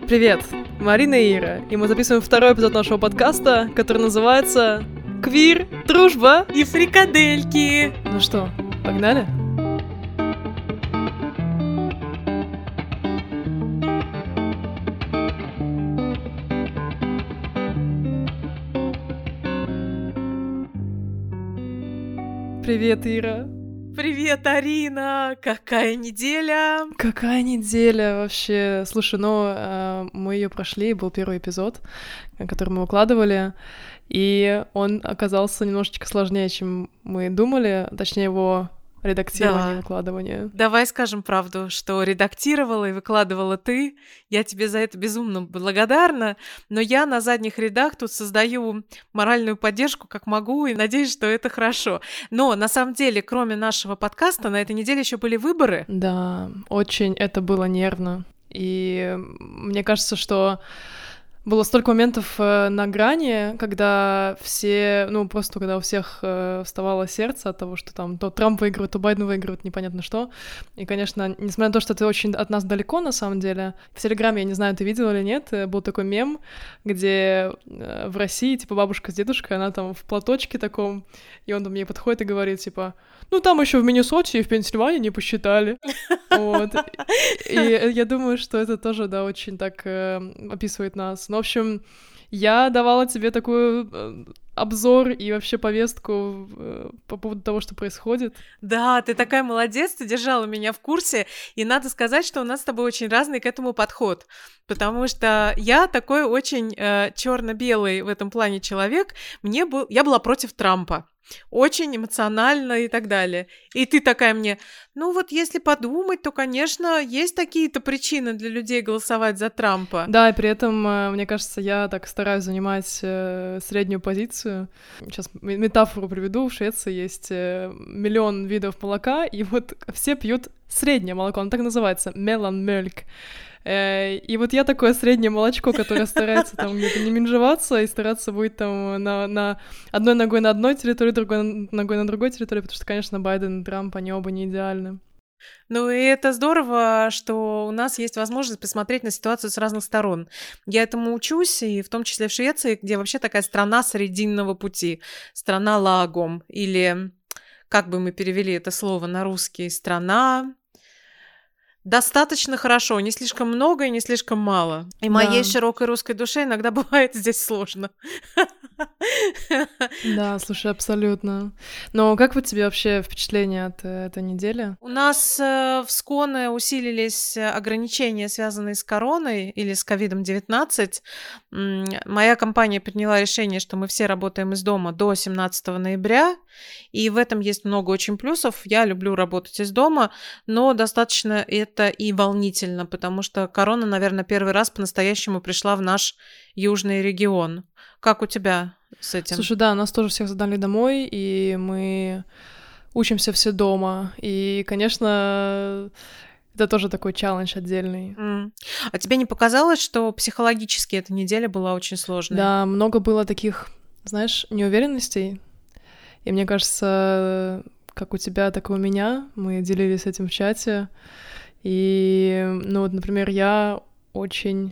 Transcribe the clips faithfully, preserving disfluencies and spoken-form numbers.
Привет, Марина и Ира, и мы записываем второй эпизод нашего подкаста, который называется «Квир, дружба и фрикадельки». Ну что, погнали? Привет, Ира. Привет, Арина! Какая неделя! Какая неделя вообще! Слушай, ну, э, мы ее прошли, был первый эпизод, который мы выкладывали, и он оказался немножечко сложнее, чем мы думали, точнее, его редактирование, Да. выкладывание. Давай скажем правду, что редактировала и выкладывала ты. Я тебе за это безумно благодарна, но я на задних рядах тут создаю моральную поддержку, как могу, и надеюсь, что это хорошо. Но на самом деле, кроме нашего подкаста, на этой неделе еще были выборы. Да, очень это было нервно. И мне кажется, что было столько моментов э, на грани, когда все, ну, просто когда у всех э, вставало сердце от того, что там то Трамп выигрывает, то Байден выигрывает, непонятно что. И, конечно, несмотря на то, что это очень от нас далеко, на самом деле, в Телеграме, я не знаю, ты видела или нет, был такой мем, где э, в России, типа, бабушка с дедушкой, она там в платочке таком, и он там ей подходит и говорит, типа, ну, там еще в Миннесоте и в Пенсильвании не посчитали. Вот. И я думаю, что это тоже, да, очень так э, описывает нас. Ну, в общем, я давала тебе такой э, обзор и вообще повестку э, по поводу того, что происходит. Да, ты такая молодец, ты держала меня в курсе, и надо сказать, что у нас с тобой очень разный к этому подход, потому что я такой очень э, черно-белый в этом плане человек, мне был, я была против Трампа. Очень эмоционально и так далее. И ты такая мне, ну вот если подумать, то, конечно, есть такие-то причины для людей голосовать за Трампа. Да, и при этом, мне кажется, я так стараюсь занимать э, среднюю позицию. Сейчас метафору приведу. В Швеции есть э, миллион видов молока, и вот все пьют среднее молоко, оно так называется, mellanmjölk. И вот я такое среднее молочко, которое старается там где-то не менжеваться и стараться быть там на, на одной ногой на одной территории, другой ногой на другой территории, потому что, конечно, Байден и Трамп, они оба не идеальны. Ну и это здорово, что у нас есть возможность посмотреть на ситуацию с разных сторон. Я этому учусь, и в том числе в Швеции, где вообще такая страна срединного пути, страна лагом, или, как бы мы перевели это слово на русский, страна... Достаточно хорошо, не слишком много и не слишком мало. И Да. моей широкой русской душе иногда бывает здесь сложно. Да, слушай, абсолютно. Но как вот тебе вообще впечатление от э, этой недели? У нас э, в Сконе усилились ограничения, связанные с короной или с ковид девятнадцать. М- моя компания приняла решение, что мы все работаем из дома до семнадцатого ноября, и в этом есть много очень плюсов. Я люблю работать из дома, но достаточно это и волнительно, потому что корона, наверное, первый раз по-настоящему пришла в наш южный регион. Как у тебя с этим? Слушай, да, нас тоже всех задали домой, и мы учимся все дома. И, конечно, это тоже такой челлендж отдельный. Mm. А тебе не показалось, что психологически эта неделя была очень сложной? Да, много было таких, знаешь, неуверенностей. И мне кажется, как у тебя, так и у меня, мы делились этим в чате. И, ну вот, например, я очень...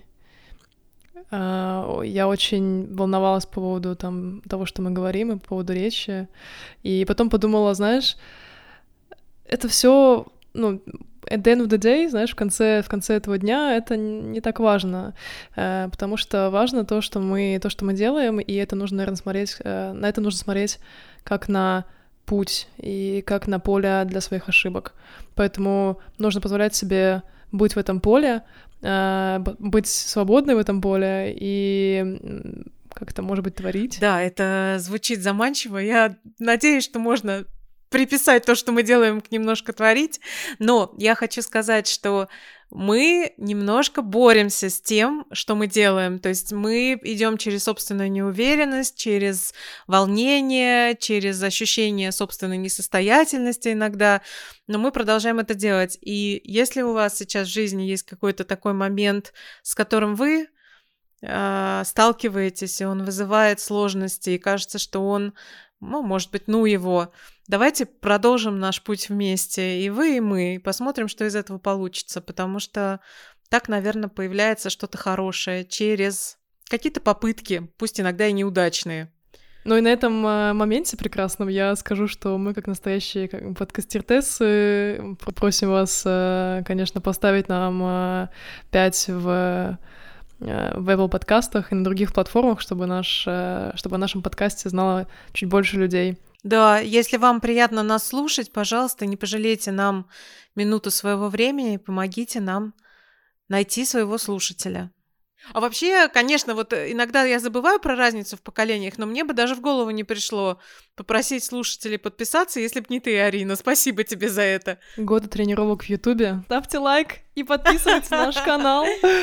Я очень волновалась по поводу там, того, что мы говорим, и по поводу речи. И потом подумала, знаешь, это все, ну, at the end of the day, знаешь, в конце, в конце этого дня это не так важно, потому что важно то, что мы, то, что мы делаем, и это нужно, наверное, смотреть, на это нужно смотреть как на путь и как на поле для своих ошибок. Поэтому нужно позволять себе быть в этом поле, быть свободной в этом поле и как-то, может быть, творить. Да, это звучит заманчиво. Я надеюсь, что можно приписать то, что мы делаем, к немножко творить. Но я хочу сказать, что мы немножко боремся с тем, что мы делаем. То есть мы идем через собственную неуверенность, через волнение, через ощущение собственной несостоятельности иногда, но мы продолжаем это делать. И если у вас сейчас в жизни есть какой-то такой момент, с которым вы э, сталкиваетесь, и он вызывает сложности, и кажется, что он, ну, может быть, ну его, давайте продолжим наш путь вместе, и вы, и мы, и посмотрим, что из этого получится, потому что Так, наверное, появляется что-то хорошее через какие-то попытки, пусть иногда и неудачные. Ну и на этом э, моменте прекрасном я скажу, что мы, как настоящие как, подкастертессы, просим вас, э, конечно, поставить нам э, пять в, э, в Apple подкастах и на других платформах, чтобы, наш, э, чтобы о нашем подкасте знало чуть больше людей. Да, если вам приятно нас слушать, пожалуйста, не пожалейте нам минуту своего времени и помогите нам найти своего слушателя. А вообще, конечно, вот иногда я забываю про разницу в поколениях, но мне бы даже в голову не пришло попросить слушателей подписаться, если бы не ты, Арина. Спасибо тебе за это. Годы тренировок в Ютубе. Ставьте лайк и подписывайтесь на наш канал.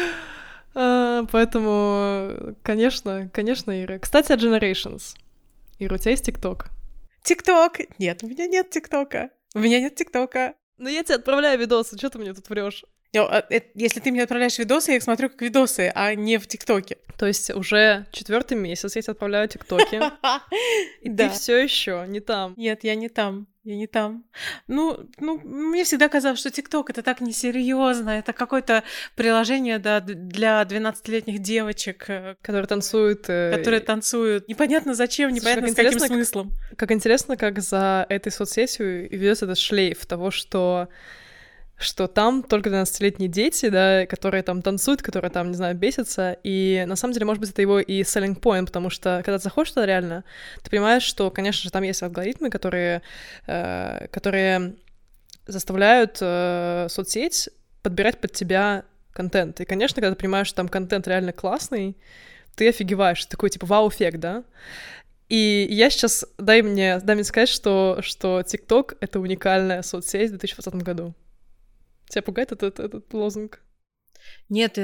Поэтому, конечно, конечно, Ира. Кстати, о Generations. Ира, у тебя есть ТикТок? ТикТок? Нет, у меня нет ТикТока. У меня нет ТикТока. Ну я тебе отправляю видосы, что ты мне тут врешь? Если ты мне отправляешь видосы, я их смотрю как видосы, а не в ТикТоке. То есть уже четвертый месяц я тебе отправляю ТикТоки, и ты все еще не там. Нет, я не там, я не там. Ну, ну, мне всегда казалось, что ТикТок — это так несерьезно, это какое-то приложение да, для двенадцатилетних девочек, которые танцуют. Которые танцуют. Непонятно зачем, непонятно с каким смыслом. Как интересно, как за этой соцсетью ведется этот шлейф того, что что там только двенадцатилетние дети, да, которые там танцуют, которые там, не знаю, бесятся, и на самом деле, может быть, это его и selling point, потому что, когда ты заходишь туда реально, ты понимаешь, что, конечно же, там есть алгоритмы, которые, э, которые заставляют э, соцсеть подбирать под тебя контент, и, конечно, когда ты понимаешь, что там контент реально классный, ты офигеваешь, такой, типа, вау-эффект, да? И я сейчас, дай мне, дай мне сказать, что, что TikTok — это уникальная соцсеть в две тысячи двадцатом году. Тебя пугает этот, этот лозунг? Нет,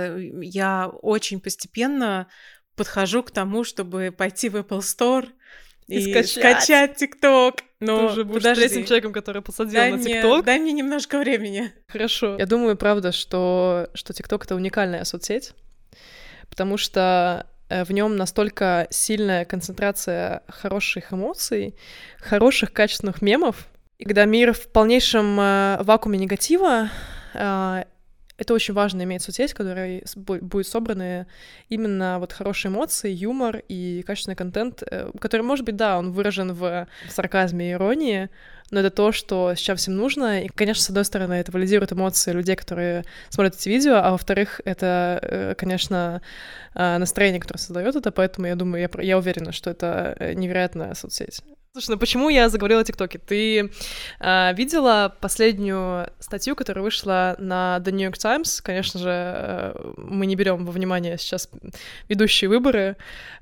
я очень постепенно подхожу к тому, чтобы пойти в Apple Store и, и скачать TikTok. Но ты уже будешь подожди. Третьим человеком, который посадил дай на мне, TikTok. Дай мне немножко времени. Хорошо. Я думаю, правда, что, что TikTok — это уникальная соцсеть, потому что в нем настолько сильная концентрация хороших эмоций, хороших качественных мемов. И когда мир в полнейшем э, вакууме негатива, э, это очень важно иметь соцсеть, в которой будут собраны именно вот хорошие эмоции, юмор и качественный контент, э, который, может быть, да, он выражен в сарказме и иронии, но это то, что сейчас всем нужно. И, конечно, с одной стороны, это валидирует эмоции людей, которые смотрят эти видео, а во-вторых, это, э, конечно, э, настроение, которое создает это, поэтому я думаю, я, я уверена, что это невероятная соцсеть. Слушай, ну почему я заговорила о ТикТоке? Ты э, видела последнюю статью, которая вышла на The New York Times? Конечно же, э, мы не берем во внимание сейчас ведущие выборы.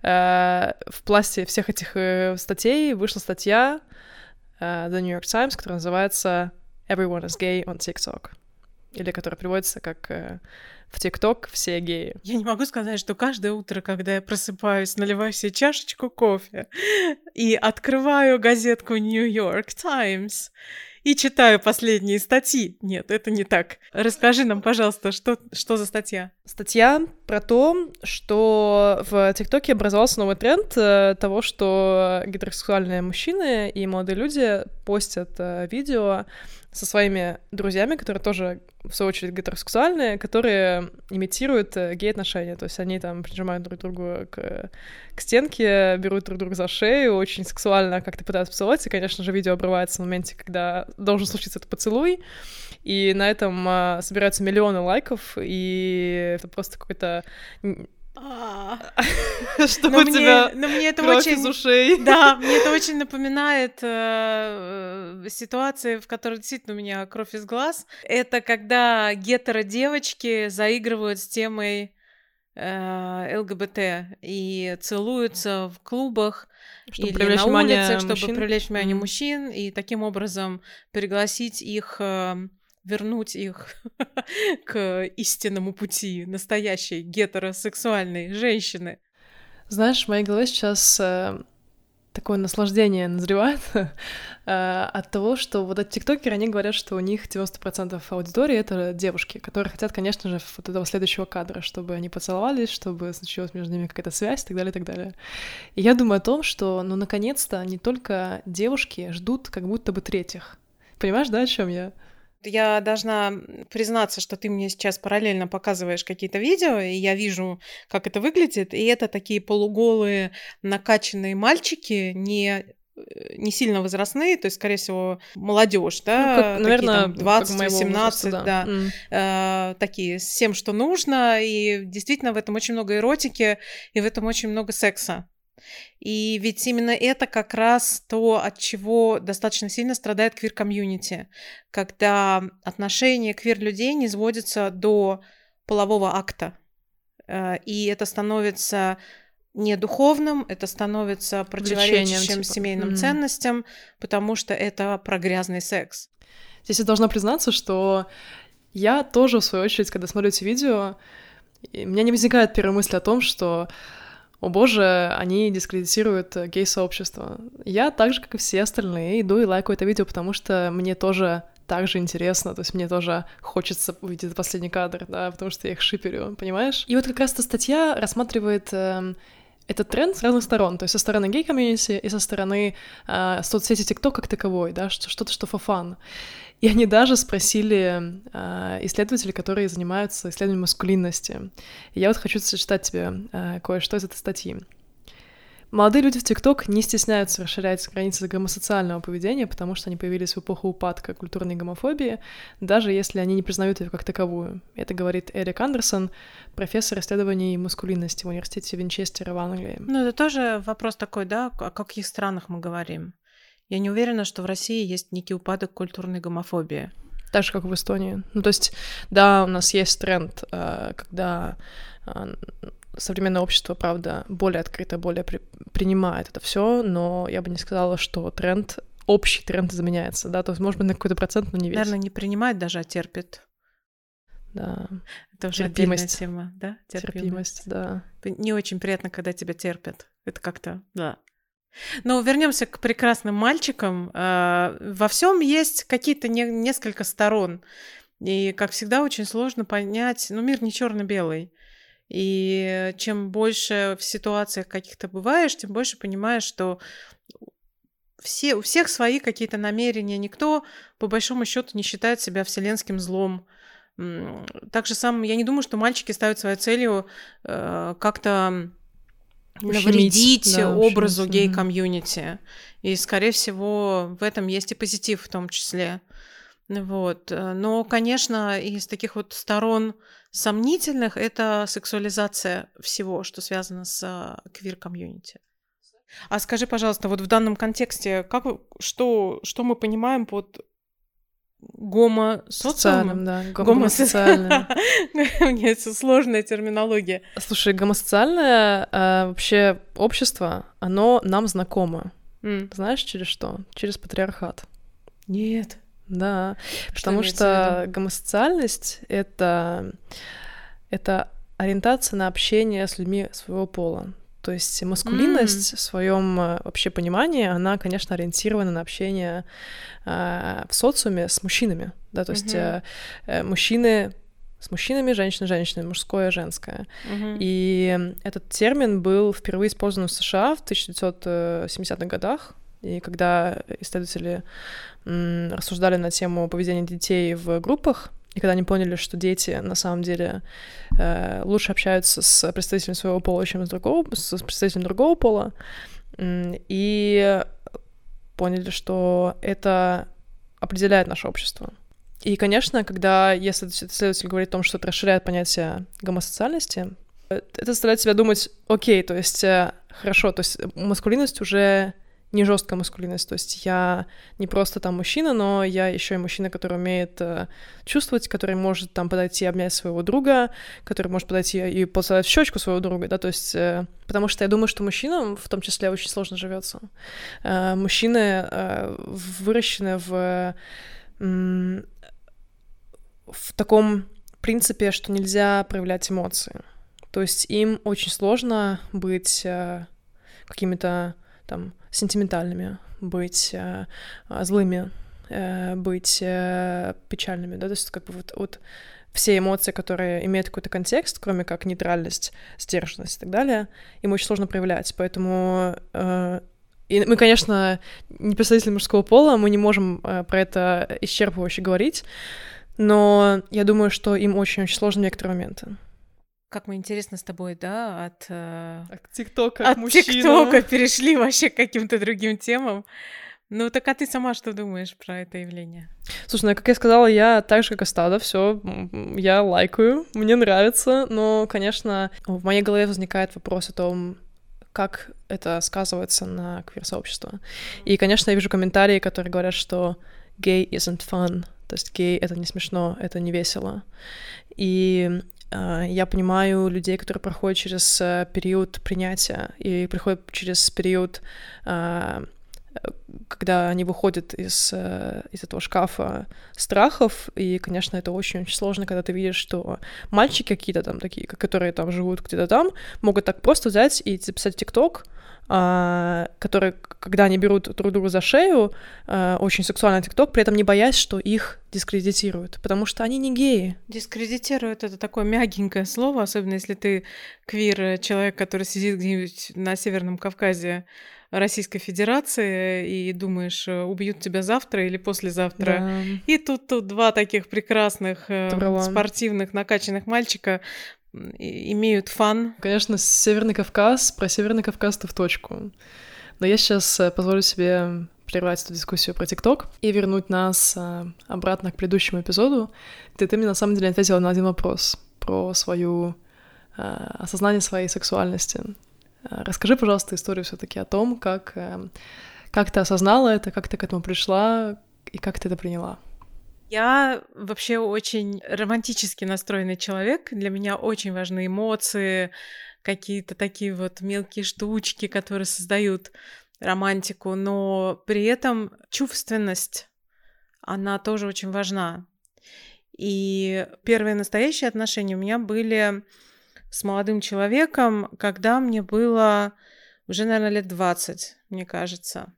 Э, в пласте всех этих э, статей вышла статья э, The New York Times, которая называется «Everyone is gay on TikTok», или которая переводится как э, «В ТикТок все геи». Я не могу сказать, что каждое утро, когда я просыпаюсь, наливаю себе чашечку кофе и открываю газетку New York Times и читаю последние статьи. Нет, это не так. Расскажи нам, пожалуйста, что, что за статья? Статья про то, что в ТикТоке образовался новый тренд того, что гетеросексуальные мужчины и молодые люди постят видео со своими друзьями, которые тоже, в свою очередь, гетеросексуальные, которые имитируют гей-отношения. То есть они там прижимают друг другу к, к стенке, берут друг друга за шею, очень сексуально как-то пытаются поцеловать, и, конечно же, видео обрывается в моменте, когда должен случиться этот поцелуй, и на этом а, собираются миллионы лайков, и это просто какой-то... Чтобы у тебя кровь из ушей. Да, мне это очень напоминает э, ситуации, в которой действительно у меня кровь из глаз. Это когда гетеро-девочки заигрывают с темой э, ЛГБТ и целуются в клубах чтобы или на улице, чтобы мужчин. привлечь внимание mm. мужчин, и таким образом пригласить их... Э, вернуть их к истинному пути настоящей гетеросексуальной женщины. Знаешь, в моей голове сейчас э, такое наслаждение назревает э, от того, что вот эти тиктокеры, они говорят, что у них девяносто процентов аудитории — это девушки, которые хотят, конечно же, вот этого следующего кадра, чтобы они поцеловались, чтобы случилась между ними какая-то связь и так далее, и так далее. И я думаю о том, что, ну, наконец-то, не только девушки ждут как будто бы третьих. Понимаешь, да, о чем я? Я должна признаться, что ты мне сейчас параллельно показываешь какие-то видео, и я вижу, как это выглядит. И это такие полуголые, накачанные мальчики, не, не сильно возрастные, то есть, скорее всего, молодежь, да, ну, как, наверное, двадцать восемнадцать, да, да mm. э, такие с тем, что нужно. И действительно в этом очень много эротики, и в этом очень много секса. И ведь именно это как раз то, от чего достаточно сильно страдает квир-комьюнити, когда отношения квир-людей не сводятся до полового акта. И это становится не духовным, это становится противоречащим типа. семейным mm. ценностям, потому что это про грязный секс. Здесь я должна признаться, что я тоже, в свою очередь, когда смотрю эти видео, у меня не возникает первой мысли о том, что о боже, они дискредитируют гей-сообщество. Я так же, как и все остальные, иду и лайкаю это видео, потому что мне тоже так же интересно, то есть мне тоже хочется увидеть последний кадр, да, потому что я их шиперю, понимаешь? И вот как раз эта статья рассматривает э, этот тренд с разных сторон, то есть со стороны гей-комьюнити и со стороны э, соцсети TikTok как таковой, да, что-то, что for fun. И они даже спросили э, исследователей, которые занимаются исследованием маскулинности. И я вот хочу зачитать тебе э, кое-что из этой статьи. Молодые люди в ТикТок не стесняются расширять границы гомосоциального поведения, потому что они появились в эпоху упадка культурной гомофобии, даже если они не признают ее как таковую. Это говорит Эрик Андерсон, профессор исследований маскулинности в университете Винчестера в Англии. Ну, это тоже вопрос такой, да, о каких странах мы говорим. Я не уверена, что в России есть некий упадок культурной гомофобии. Так же, как в Эстонии. Ну, то есть, да, у нас есть тренд, когда современное общество, правда, более открыто, более при- принимает это все, но я бы не сказала, что тренд, общий тренд изменяется, да, то есть, может быть, на какой-то процент, но не весь. Наверное, не принимает даже, а терпит. Да. Это уже отдельная тема, да? Терпимость, да. Не очень приятно, когда тебя терпят. Это как-то, да. Но вернемся к прекрасным мальчикам. Во всем есть какие-то не, несколько сторон. И, как всегда, очень сложно понять, ну, мир не черно-белый. И чем больше в ситуациях каких-то бываешь, тем больше понимаешь, что все, у всех свои какие-то намерения. Никто, по большому счету, не считает себя вселенским злом. Так же самое, я не думаю, что мальчики ставят своей целью э, как-то навредить да, образу гей-комьюнити. И, скорее всего, в этом есть и позитив в том числе. Вот. Но, конечно, из таких вот сторон сомнительных это сексуализация всего, что связано с квир-комьюнити. А скажи, пожалуйста, вот в данном контексте, как, что, что мы понимаем под гомосоциальным? Да, гомосоциальным. Мне это сложная терминология. Слушай, гомосоциальное э, вообще общество, оно нам знакомо. Mm. Знаешь, через что? Через патриархат. Нет. Да, что потому что гомосоциальность — это, это ориентация на общение с людьми своего пола. То есть маскулинность mm. в своем вообще понимании, она, конечно, ориентирована на общение э, в социуме с мужчинами. Да? То есть mm-hmm. э, мужчины с мужчинами, женщины с женщинами, мужское, женское. Mm-hmm. И этот термин был впервые использован в США в тысяча девятьсот семидесятых годах. И когда исследователи м, рассуждали на тему поведения детей в группах, и когда они поняли, что дети на самом деле э, лучше общаются с представителем своего пола, чем с, другого, с представителем другого пола, м, и поняли, что это определяет наше общество. И, конечно, когда если исследователь говорит о том, что это расширяет понятие гомосоциальности, это заставляет себя думать, окей, то есть э, хорошо, то есть маскулинность уже не жесткая маскулинность, то есть я не просто там мужчина, но я еще и мужчина, который умеет э, чувствовать, который может там подойти и обнять своего друга, который может подойти и поцеловать в щечку своего друга, да, то есть, э, потому что я думаю, что мужчинам в том числе очень сложно живется. Э, мужчины э, выращены в, э, в таком принципе, что нельзя проявлять эмоции, то есть им очень сложно быть э, какими-то там сентиментальными, быть э, злыми, э, быть э, печальными, да, то есть как бы вот, вот все эмоции, которые имеют какой-то контекст, кроме как нейтральность, сдержанность и так далее, им очень сложно проявлять, поэтому э, И мы, конечно, не представители мужского пола, мы не можем э, про это исчерпывающе говорить, но я думаю, что им очень-очень сложно в некоторые моменты. Как мы интересно с тобой, да, от... Э... От ТикТока от ТикТока перешли вообще к каким-то другим темам. Ну, так а ты сама что думаешь про это явление? Слушай, ну, как я сказала, я так же, как и Стада, все, я лайкаю, мне нравится, но, конечно, в моей голове возникает вопрос о том, как это сказывается на квир-сообщество. И, конечно, я вижу комментарии, которые говорят, что gay isn't fun, то есть гей — это не смешно, это не весело. И э, я понимаю людей, которые проходят через э, период принятия и приходят через период... Э, когда они выходят из, из этого шкафа страхов, и, конечно, это очень-очень сложно, когда ты видишь, что мальчики какие-то там такие, которые там живут где-то там, могут так просто взять и записать ТикТок, который, когда они берут друг друга за шею, очень сексуальный ТикТок, при этом не боясь, что их дискредитируют, потому что они не геи. Дискредитируют — это такое мягенькое слово, особенно если ты квир, человек, который сидит где-нибудь на Северном Кавказе Российской Федерации, и думаешь, убьют тебя завтра или послезавтра. Да. И тут, тут два таких прекрасных, Добрала. спортивных, накачанных мальчика имеют фан. Конечно, Северный Кавказ, про Северный Кавказ ты в точку. Но я сейчас позволю себе прервать эту дискуссию про ТикТок и вернуть нас обратно к предыдущему эпизоду, где ты мне на самом деле ответила на один вопрос про свою осознание своей сексуальности. Расскажи, пожалуйста, историю все-таки о том, как, как ты осознала это, как ты к этому пришла и как ты это приняла. Я вообще очень романтически настроенный человек. Для меня очень важны эмоции, какие-то такие вот мелкие штучки, которые создают романтику, но при этом чувственность, она тоже очень важна. И первые настоящие отношения у меня были с молодым человеком, когда мне было уже, наверное, лет двадцать, мне кажется.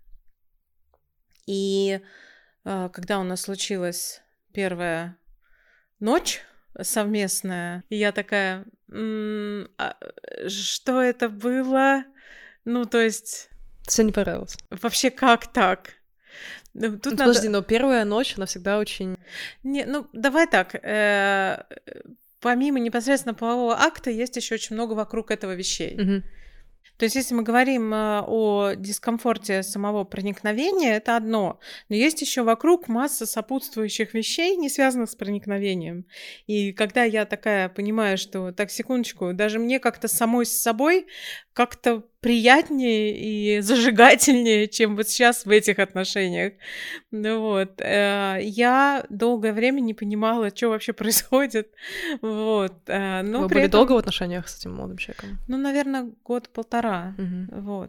И э, когда у нас случилась первая ночь совместная, и я такая, м-м, а что это было? Ну, то есть... Тебе не понравилось? Вообще, как так? Тут ну, надо... Подожди, но первая ночь, она всегда очень... Не, ну, давай так... Э- Помимо непосредственно полового акта есть еще очень много вокруг этого вещей. Mm-hmm. То есть если мы говорим о дискомфорте самого проникновения, это одно. Но есть еще вокруг масса сопутствующих вещей, не связанных с проникновением. И когда я такая понимаю, что, так, секундочку, даже мне как-то самой с собой как-то приятнее и зажигательнее, чем вот сейчас в этих отношениях. Ну вот. Я долгое время не понимала, что вообще происходит. Вот. Но Вы при были этом... долго в отношениях с этим молодым человеком? Ну, наверное, год-полтора. Угу. Вот.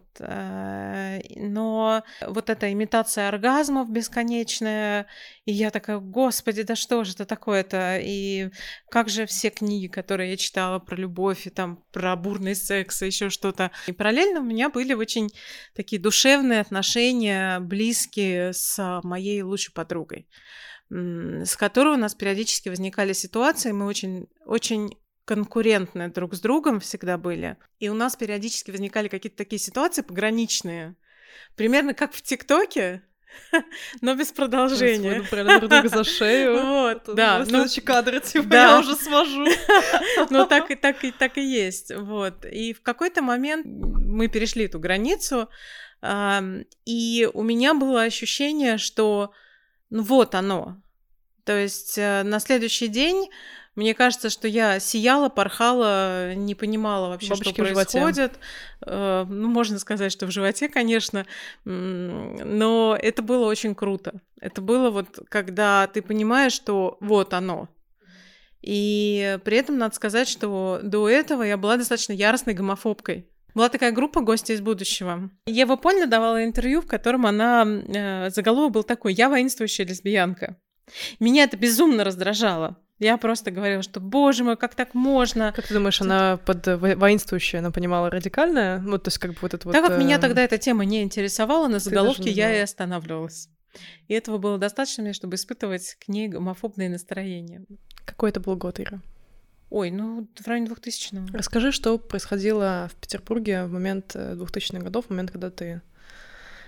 Но вот эта имитация оргазмов бесконечная, и я такая, господи, да что же это такое-то? И как же все книги, которые я читала про любовь, и там про бурный секс, и еще что-то. И параллельно у меня были очень такие душевные отношения, близкие с моей лучшей подругой, с которой у нас периодически возникали ситуации, мы очень, очень конкурентны друг с другом всегда были. И у нас периодически возникали какие-то такие ситуации пограничные, примерно как в ТикТоке, но без продолжения. Правильно, друг друга за шею. Вот, да. Следующий кадр, типа, я уже свожу. Ну, так и так и так и есть. Вот. И в какой-то момент мы перешли эту границу, и у меня было ощущение, что ну вот оно. То есть на следующий день мне кажется, что я сияла, порхала, не понимала вообще, Бабочки что происходит. Ну, можно сказать, что в животе, конечно, но это было очень круто. Это было вот, когда ты понимаешь, что вот оно. И при этом надо сказать, что до этого я была достаточно яростной гомофобкой. Была такая группа «Гости из будущего». Ева Польна давала интервью, в котором она... Заголовок был такой: «Я воинствующая лесбиянка». Меня это безумно раздражало. Я просто говорила, что, боже мой, как так можно? Как ты думаешь, она под воинствующей, она понимала радикальное? Ну, то есть как бы вот это вот... Так как меня тогда эта тема не интересовала, на заголовке я и останавливалась. И этого было достаточно мне, чтобы испытывать к ней гомофобные настроения. Какой это был год, Ира? Ой, ну, в районе двухтысячного. Расскажи, что происходило в Петербурге в момент двухтысячных годов, в момент, когда ты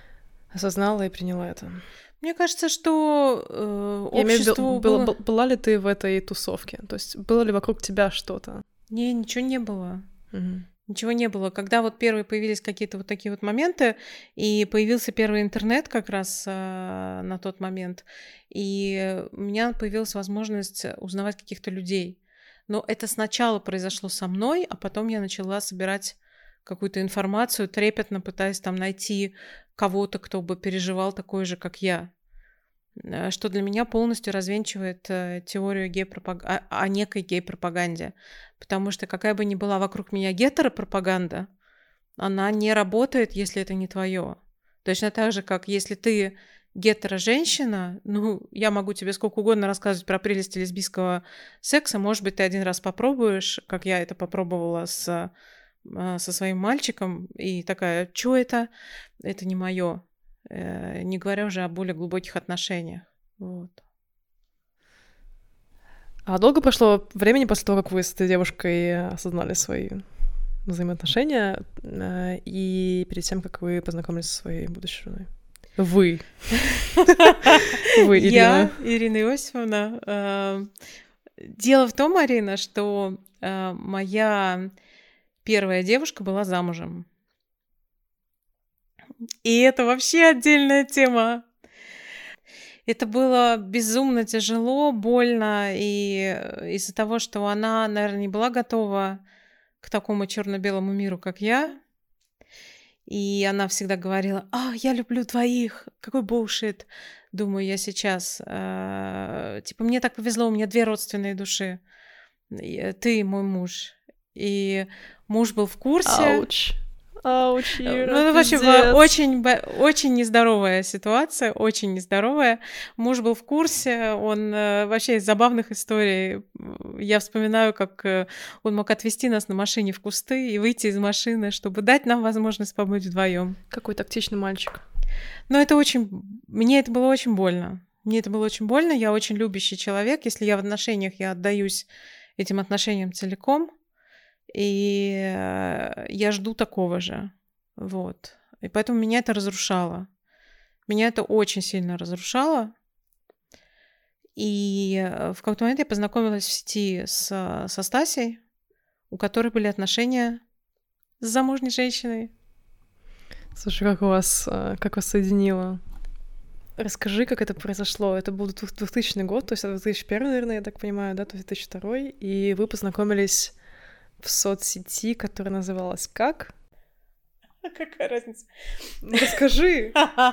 осознала и приняла это? Мне кажется, что э, Я имею в виду, обществу была, было... б- была ли ты в этой тусовке? То есть было ли вокруг тебя что-то? Не, ничего не было. Мгм. Ничего не было. Когда вот первые появились какие-то вот такие вот моменты, и появился первый интернет как раз а, на тот момент, и у меня появилась возможность узнавать каких-то людей. Но это сначала произошло со мной, а потом я начала собирать какую-то информацию, трепетно пытаясь там найти кого-то, кто бы переживал такое же, как я. Э, Что для меня полностью развенчивает э, теорию гей-пропаг- о, о некой гей-пропаганде. Потому что какая бы ни была вокруг меня гетеропропаганда, она не работает, если это не твое. Точно так же, как если ты гетеро-женщина, ну, я могу тебе сколько угодно рассказывать про прелести лесбийского секса, может быть, ты один раз попробуешь, как я это попробовала с, а, со своим мальчиком, и такая, что это? Это не мое. Не говоря уже о более глубоких отношениях. Вот. А долго прошло времени после того, как вы с этой девушкой осознали свои взаимоотношения, э, и перед тем, как вы познакомились со своей будущей женой? Вы. Вы, Я, Ирина. Ирина Иосифовна. э, Дело в том, Арина, что э, моя первая девушка была замужем. И это вообще отдельная тема. Это было безумно тяжело, больно, и э, из-за того, что она, наверное, не была готова к такому черно-белому миру, как я, и она всегда говорила: «А, я люблю двоих, какой булшит», думаю я сейчас. э, Типа, мне так повезло, у меня две родственные души, и ты и мой муж. И муж был в курсе. Ауч. Ауч, Э, Ира, Ну, в общем, пиздец. э, очень, бо- очень нездоровая ситуация, очень нездоровая. Муж был в курсе, он э, вообще из забавных историй. м, Я вспоминаю, как э, он мог отвезти нас на машине в кусты и выйти из машины, чтобы дать нам возможность побыть вдвоем. Какой тактичный мальчик. Но это очень... Мне это было очень больно. Мне это было очень больно. Я очень любящий человек. Если я в отношениях, я отдаюсь этим отношениям целиком. И э, я жду такого же. Вот. И поэтому меня это разрушало. Меня это очень сильно разрушало. И э, в какой-то момент я познакомилась в сети с, э, со Стасей, у которой были отношения с замужней женщиной. Слушай, как у вас, э, как вас соединило? Расскажи, как это произошло. Это был двух- двухтысячный год, то есть это две тысячи первый, наверное, я так понимаю, да, то есть две тысячи второй, и вы познакомились в соцсети, которая называлась как? Какая разница? Ну, расскажи.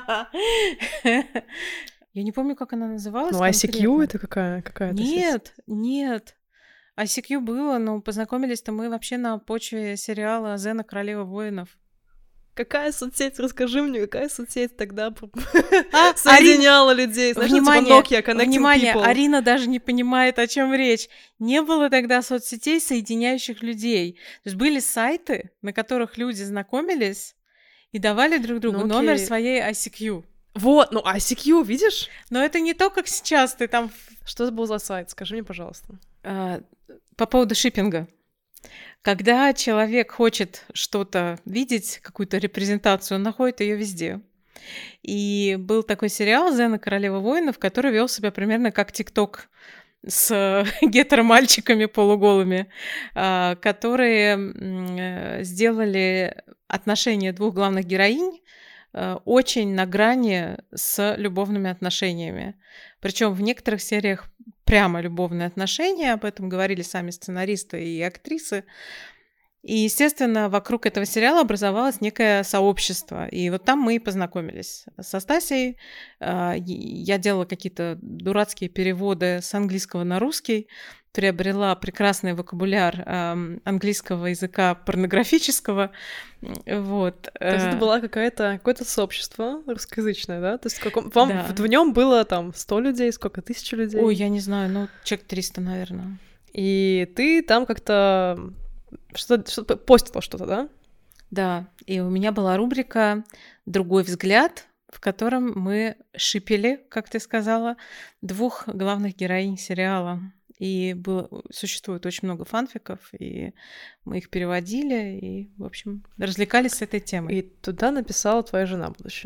Я не помню, как она называлась. Ну, ай си кью конкретно. это какая, какая-то сеть? Нет, нет. ай си кью было, но познакомились-то мы вообще на почве сериала «Зена, королева воинов». Какая соцсеть? Расскажи мне, какая соцсеть тогда А, соединяла людей? Знаешь, ну, типа Внимание, Nokia, Connecting внимание, People. Арина даже не понимает, о чем речь. Не было тогда соцсетей, соединяющих людей. То есть были сайты, на которых люди знакомились и давали друг другу Ну, номер окей. своей ай си кью. Вот, ну ай си кью, видишь? Но это не то, как сейчас ты там... Что это был за сайт? Скажи мне, пожалуйста. А, по поводу шиппинга. Когда человек хочет что-то видеть, какую-то репрезентацию, он находит ее везде. И был такой сериал «Зена, королева воинов», который вел себя примерно как ТикТок с гетеромальчиками полуголыми, а, которые м, э, сделали отношения двух главных героинь э, очень на грани с любовными отношениями. Причем в некоторых сериях прямо любовные отношения, об этом говорили сами сценаристы и актрисы. И, естественно, вокруг этого сериала образовалось некое сообщество. И вот там мы и познакомились со Стасей. А, и Я делала какие-то дурацкие переводы с английского на русский, приобрела прекрасный вокабуляр ам, английского языка порнографического. Вот. То есть это э, было какое-то какое-то сообщество русскоязычное, да? То есть в, каком... Вам Да. в, в нем было там сто людей, сколько, тысяч людей? Ой, я не знаю, ну, человек триста, наверное. И ты там как-то что-то, что-то постила что-то, да? Да, и у меня была рубрика «Другой взгляд», в котором мы шипели, как ты сказала, двух главных героинь сериала. И было, существует очень много фанфиков, и мы их переводили, и, в общем, развлекались с этой темой. И туда написала твоя жена будущая.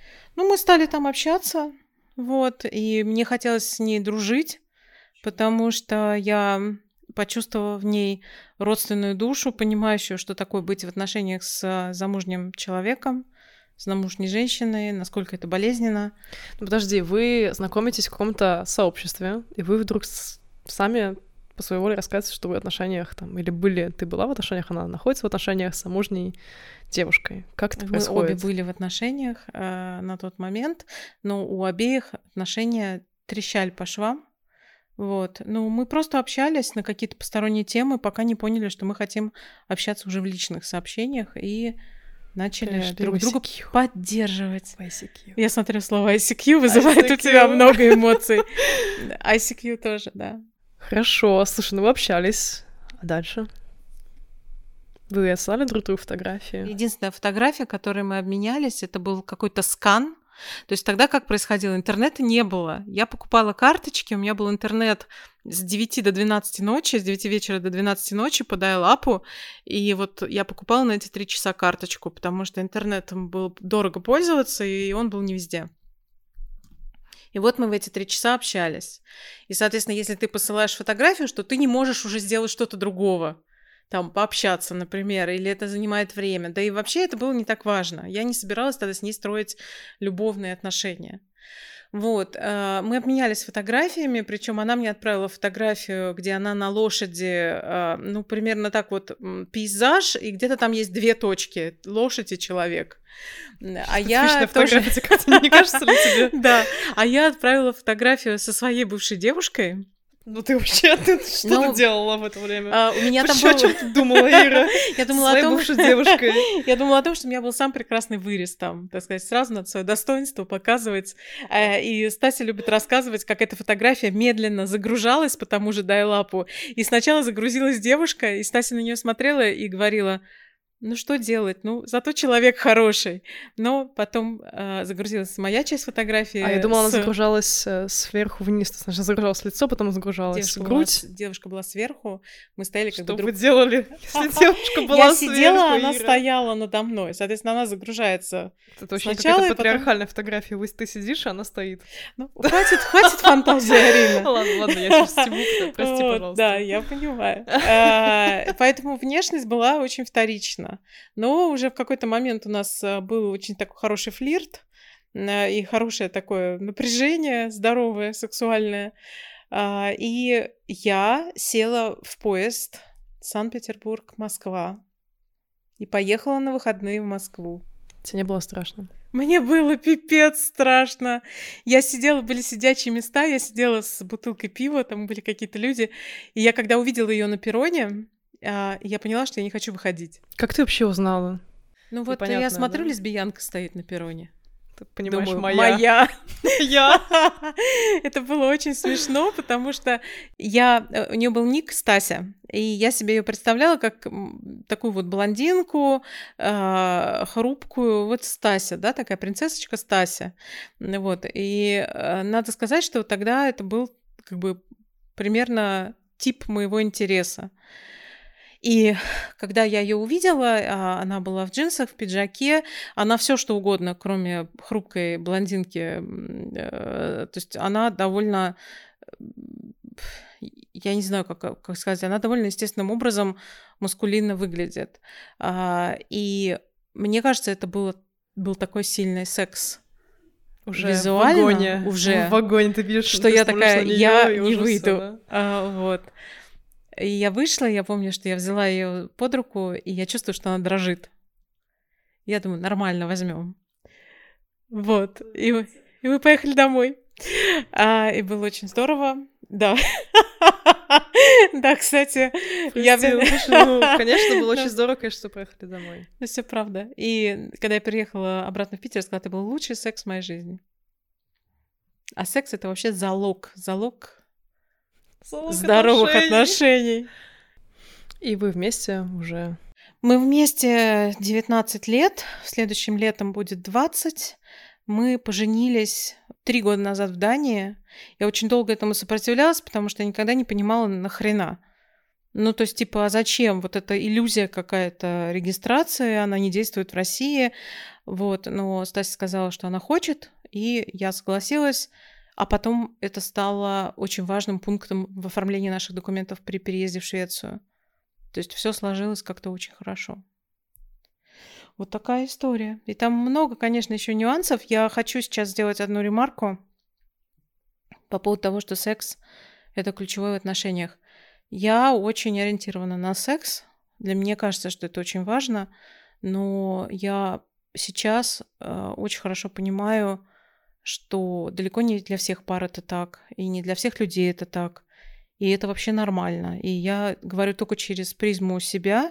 Ну, мы стали там общаться, вот, и мне хотелось с ней дружить, потому что я почувствовала в ней родственную душу, понимающую, что такое быть в отношениях с замужним человеком, с замужней женщиной, насколько это болезненно. Ну, подожди, вы знакомитесь в каком-то сообществе, и вы вдруг с- сами по своей воле рассказываете, что вы в отношениях там, или были, ты была в отношениях, она находится в отношениях с замужней девушкой. Как это Мы происходит? обе были в отношениях э, на тот момент, но у обеих отношения трещали по швам. Вот. Ну, мы просто общались на какие-то посторонние темы, пока не поняли, что мы хотим общаться уже в личных сообщениях, и начали Конечно, друг в друга ай си кью. поддерживать. В ай си кью. Я смотрю, слово ай си кью вызывает у тебя ай си кью. много эмоций. ай си кью тоже, да. Хорошо, слушай, ну вы общались. А дальше? Вы отслали друг другу фотографии? Единственная фотография, которой мы обменялись, это был какой-то скан. То есть тогда как происходило? Интернета не было. Я покупала карточки, у меня был интернет с девяти до двенадцати ночи, с девяти вечера до двенадцати ночи по дайлапу, и вот я покупала на эти три часа карточку, потому что интернетом было дорого пользоваться, и он был не везде. И вот мы в эти три часа общались. И, соответственно, если ты посылаешь фотографию, что ты не можешь уже сделать что-то другого, там, пообщаться, например, или это занимает время. Да и вообще это было не так важно. Я не собиралась тогда с ней строить любовные отношения. Вот, э, мы обменялись фотографиями, причем она мне отправила фотографию, где она на лошади, э, ну, примерно так вот, м, пейзаж, и где-то там есть две точки, лошадь и человек. А я тоже... Не кажется ли тебе? Да, а я отправила фотографию со своей бывшей девушкой. Ну ты вообще, ты что Ну, ты делала в это время? А, у меня там Вообще, о был... чем ты думала, Ира? Я думала о Своей том, бывшей девушкой. я думала о том, что у меня был самый прекрасный вырез там, так сказать, сразу надо свое достоинство показывать. Э, И Стася любит рассказывать, как эта фотография медленно загружалась по тому же дайлапу. И сначала загрузилась девушка, и Стася на нее смотрела и говорила: ну что делать? Ну, зато человек хороший. Но потом э, загрузилась моя часть фотографии. А я думала, она с- загружалась э, сверху вниз. То есть сначала загружалась лицо, потом загружалась Девушка была, грудь. с- девушка была сверху, мы стояли как Что бы вы друг... делали, если девушка была Я сидела, сверху, она Ира? стояла надо мной. Соответственно, она загружается. Это очень сначала, какая-то и потом- патриархальная фотография. Вы- Ты сидишь, а она стоит. Ну, хватит, хватит фантазии, Арина. Ладно, ладно, я сейчас стебу, прости, Вот, пожалуйста. Да, я понимаю. А, Поэтому внешность была очень вторична. Но уже в какой-то момент у нас а, был очень такой хороший флирт а, и хорошее такое напряжение здоровое, сексуальное. А, И я села в поезд Санкт-Петербург-Москва и поехала на выходные в Москву. Тебе не было страшно? Мне было пипец страшно. Я сидела, были сидячие места, я сидела с бутылкой пива, там были какие-то люди. И я, когда увидела ее на перроне, а, я поняла, что я не хочу выходить. Как ты вообще узнала? Ну вот я Непонятно, смотрю, да? лесбиянка стоит на перроне. Ты понимаешь, Думаю, моя. моя. Я. Это было очень смешно, потому что я... э, у нее был ник Стася, и я себе ее представляла как м, такую вот блондинку, э, хрупкую, вот Стася, да, такая принцессочка Стася. Ну Вот. И э, надо сказать, что тогда это был как бы примерно тип моего интереса. И когда я ее увидела, а, она была в джинсах, в пиджаке, она все что угодно, кроме хрупкой блондинки. м, э, То есть она довольно, м, я не знаю, как, как сказать, она довольно естественным образом мускулинно выглядит. А, И мне кажется, это было, был такой сильный секс. Уже Визуально в вагоне. уже, В вагоне ты видишь, что ты я смотришь такая, на неё, я и не уже выйду. всё, да. А, Вот. И я вышла, я помню, что я взяла ее под руку, и я чувствую, что она дрожит. Я думаю, нормально, возьмем. Вот. И, мы- и мы поехали домой. А, и было очень здорово. Да. Да, кстати, я... Прости, ну, слушай, ну, конечно, было Да. очень здорово, конечно, что поехали домой. Ну, все правда. И когда я переехала обратно в Питер, я сказала, это был лучший секс в моей жизни. А секс — это вообще залог, залог Залог здоровых отношений. отношений. И вы вместе уже... Мы вместе девятнадцать лет, следующим летом будет двадцать. Мы поженились три года назад в Дании. Я очень долго этому сопротивлялась, потому что я никогда не понимала, нахрена. Ну, то есть, типа, а зачем? Вот эта иллюзия какая-то регистрации, она не действует в России. Вот, но Стася сказала, что она хочет, и я согласилась. А потом это стало очень важным пунктом в оформлении наших документов при переезде в Швецию. То есть все сложилось как-то очень хорошо. Вот такая история. И там много, конечно, еще нюансов. Я хочу сейчас сделать одну ремарку по поводу того, что секс — это ключевой в отношениях. Я очень ориентирована на секс. Для меня кажется, что это очень важно. Но я сейчас э, очень хорошо понимаю, что далеко не для всех пар это так, и не для всех людей это так. И это вообще нормально. И я говорю только через призму себя,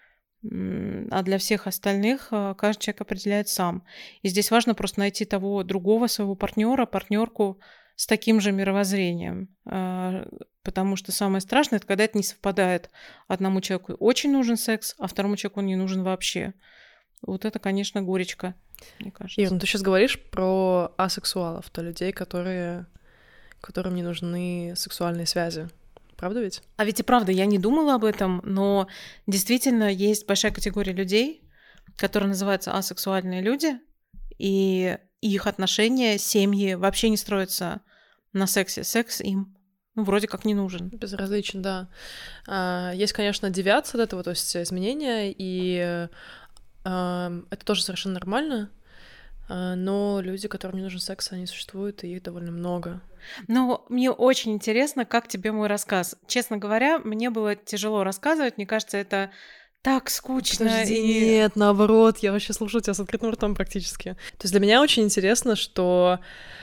а для всех остальных э, каждый человек определяет сам. И здесь важно просто найти того другого своего партнера, партнерку с таким же мировоззрением. Э, Потому что самое страшное — это когда это не совпадает. Одному человеку очень нужен секс, а второму человеку он не нужен вообще. Вот это, конечно, горечка, мне кажется. Ир, ну ты сейчас говоришь про асексуалов, то людей, которые, которым не нужны сексуальные связи. Правда ведь? А ведь и правда, я не думала об этом, но действительно есть большая категория людей, которые называются асексуальные люди, и их отношения, семьи вообще не строятся на сексе. Секс им, ну, вроде как не нужен. Безразличен, да. А, есть, конечно, девиация от этого, то есть изменения, и а, это тоже совершенно нормально, а, но люди, которым не нужен секс, они существуют, и их довольно много. Но мне очень интересно, как тебе мой рассказ. Честно говоря, мне было тяжело рассказывать. Мне кажется, это так скучно. Подожди, и... нет, наоборот, я вообще слушаю тебя с открытым ртом практически. То есть для меня очень интересно, что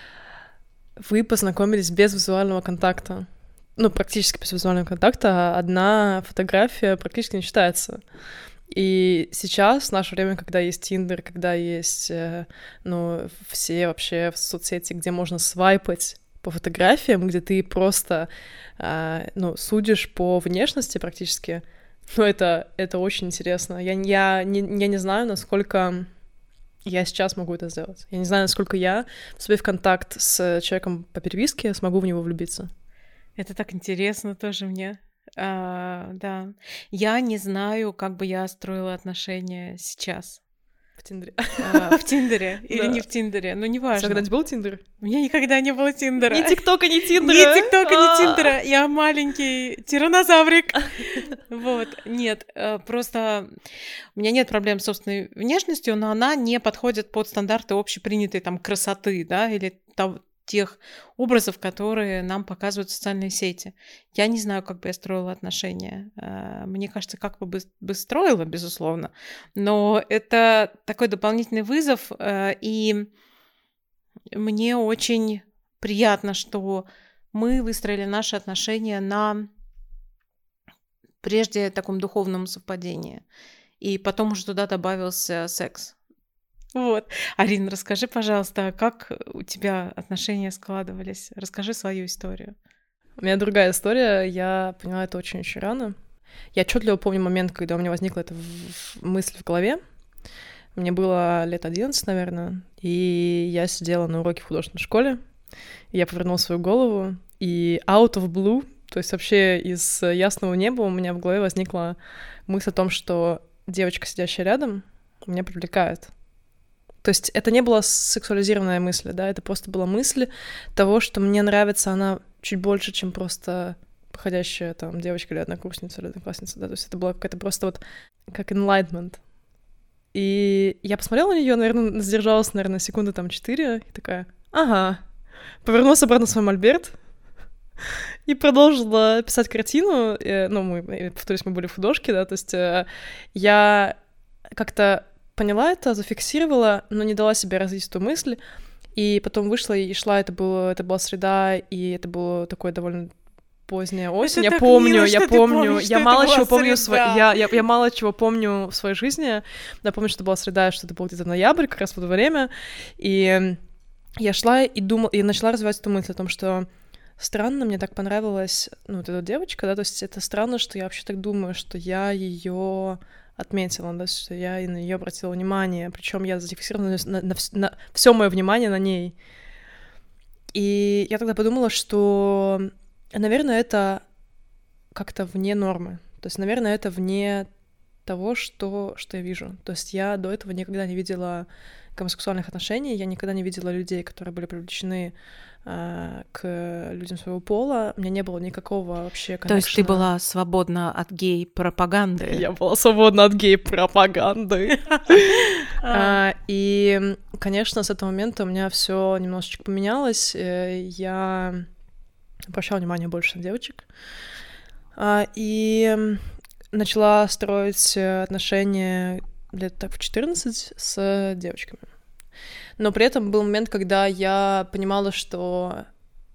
вы познакомились без визуального контакта. Ну, практически без визуального контакта. Одна фотография практически не читается. И сейчас, в наше время, когда есть Тиндер, когда есть, ну, все вообще в соцсети, где можно свайпать по фотографиям, где ты просто, ну, судишь по внешности практически, ну, это, это очень интересно. Я, я, не, я не знаю, насколько я сейчас могу это сделать. Я не знаю, насколько я, вступив в контакт с человеком по переписке, смогу в него влюбиться. Это так интересно тоже мне. А, да. Я не знаю, как бы я строила отношения сейчас. В Тиндере. А, в Тиндере или Да. не в Тиндере, ну У тебя неважно. когда-нибудь был Тиндер? У меня никогда не было Тиндера. Ни ТикТока, ни Тиндера. Ни ТикТока, ни А. Тиндера. Я маленький тиранозаврик. Вот, нет, э, просто у меня нет проблем с собственной внешностью, но она не подходит под стандарты общепринятой там красоты, да, или того- тех образов, которые нам показывают социальные сети. Я не знаю, как бы я строила отношения. Э, Мне кажется, как бы бы бы строила, безусловно, но это такой дополнительный вызов, э, и мне очень приятно, что мы выстроили наши отношения на прежде таком духовном совпадении. И потом уже туда добавился секс. Вот. Арина, расскажи, пожалуйста, как у тебя отношения складывались? Расскажи свою историю. У меня другая история. Я поняла это очень-очень рано. Я отчетливо помню момент, когда у меня возникла эта в- мысль в голове. Мне было лет одиннадцать, наверное, и я сидела на уроке в художественной школе. И я повернула свою голову, и out of blue, то есть вообще из ясного неба, у меня в голове возникла мысль о том, что девочка, сидящая рядом, меня привлекает. То есть это не была сексуализированная мысль, да, это просто была мысль того, что мне нравится она чуть больше, чем просто подходящая там девочка или однокурсница, или одноклассница, да, то есть это была какая-то просто вот как enlightenment. И я посмотрела на нее, наверное, задержалась, наверное, секунды там четыре, и такая, ага, повернулась обратно в свой мольберт и продолжила писать картину. Э, Ну, мы, э, повторюсь, мы были в художке, да, то есть э, я как-то поняла это, зафиксировала, но не дала себе развить эту мысль, и потом вышла и шла, это, было, это была среда, и это было такое довольно поздняя осень. Это Я так помню, мило, я что ты помню, помнишь, что я это мало была чего помню, в сво- среда. я, я, я мало чего помню в своей жизни. Я помню, что была среда, что это был где-то ноябрь, как раз в это время, и я шла и думала, и начала развивать эту мысль о том, что странно, мне так понравилась, ну, вот эта девочка, да, то есть это странно, что я вообще так думаю, что я ее отметила, да, что я и на нее обратила внимание, причем я зафиксировала на, на, на все мое внимание на ней. И я тогда подумала, что, наверное, это как-то вне нормы. То есть, наверное, это вне того, что, что я вижу. То есть я до этого никогда не видела гомосексуальных отношений, я никогда не видела людей, которые были привлечены э, к людям своего пола. У меня не было никакого вообще коннекшена. То есть ты была свободна от гей-пропаганды? Я была свободна от гей-пропаганды. И, конечно, с этого момента у меня все немножечко поменялось. Я обращала внимание больше на девочек. И начала строить отношения лет так в четырнадцать с девочками. Но при этом был момент, когда я понимала, что,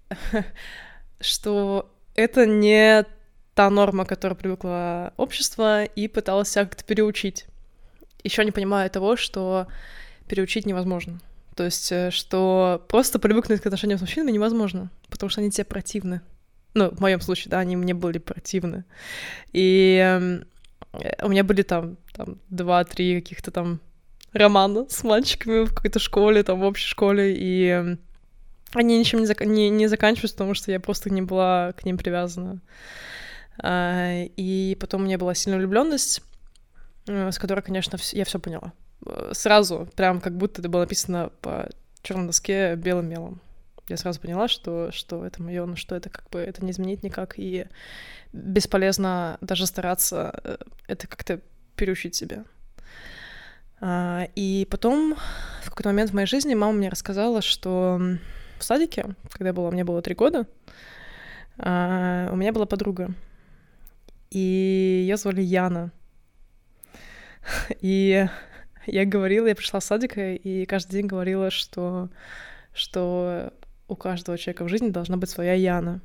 что это не та норма, к которой привыкло общество, и пыталась себя как-то переучить. Еще не понимая того, что переучить невозможно. То есть, что просто привыкнуть к отношениям с мужчинами невозможно, потому что они тебе противны. Ну, в моем случае, да, они мне были противны. И э, у меня были там, там два-три каких-то там романа с мальчиками в какой-то школе, там в общей школе, и э, они ничем не, зак- не, не заканчивались, потому что я просто не была к ним привязана. А, и потом у меня была сильная влюбленность, э, с которой, конечно, вс- я все поняла. Сразу, прям как будто это было написано по черной доске белым мелом. Я сразу поняла, что, что это моё, но что это как бы это не изменить никак, и бесполезно даже стараться это как-то переучить себя. И потом в какой-то момент в моей жизни мама мне рассказала, что в садике, когда было, мне было три года, у меня была подруга, и её звали Яна. И я говорила, я пришла в садик, и каждый день говорила, что, что у каждого человека в жизни должна быть своя Яна.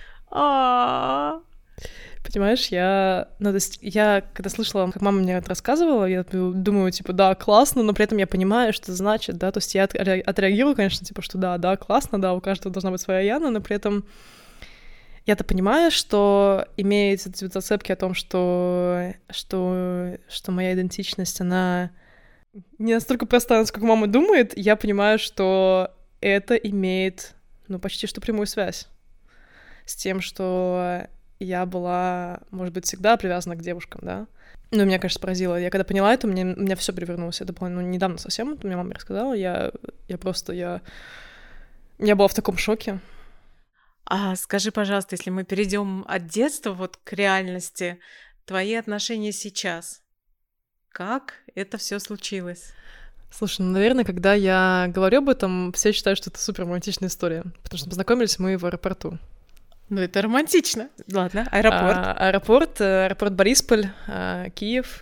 А-а-а. Понимаешь, я... Ну, то есть я, когда слышала, как мама мне это рассказывала, я думаю, типа, да, классно, но при этом я понимаю, что это значит, да, то есть я отреагирую, конечно, типа, что да, да, классно, да, у каждого должна быть своя Яна, но при этом я-то понимаю, что имеет эти вот зацепки о том, что, что, что моя идентичность, она не настолько простая, насколько мама думает, я понимаю, что это имеет, ну, почти что прямую связь с тем, что я была, может быть, всегда привязана к девушкам, да. Ну, меня, конечно, поразило. Я когда поняла это, мне, у меня все перевернулось. Это было, ну, недавно совсем, это мне мама рассказала. Я, я просто, я... Я была в таком шоке. А скажи, пожалуйста, если мы перейдем от детства вот к реальности, твои отношения сейчас, как это все случилось? Слушай, ну, наверное, когда я говорю об этом, все считают, что это супер романтичная история, потому что познакомились мы в аэропорту. Ну, это романтично. Ладно, аэропорт. А, аэропорт, аэропорт Борисполь, а, Киев.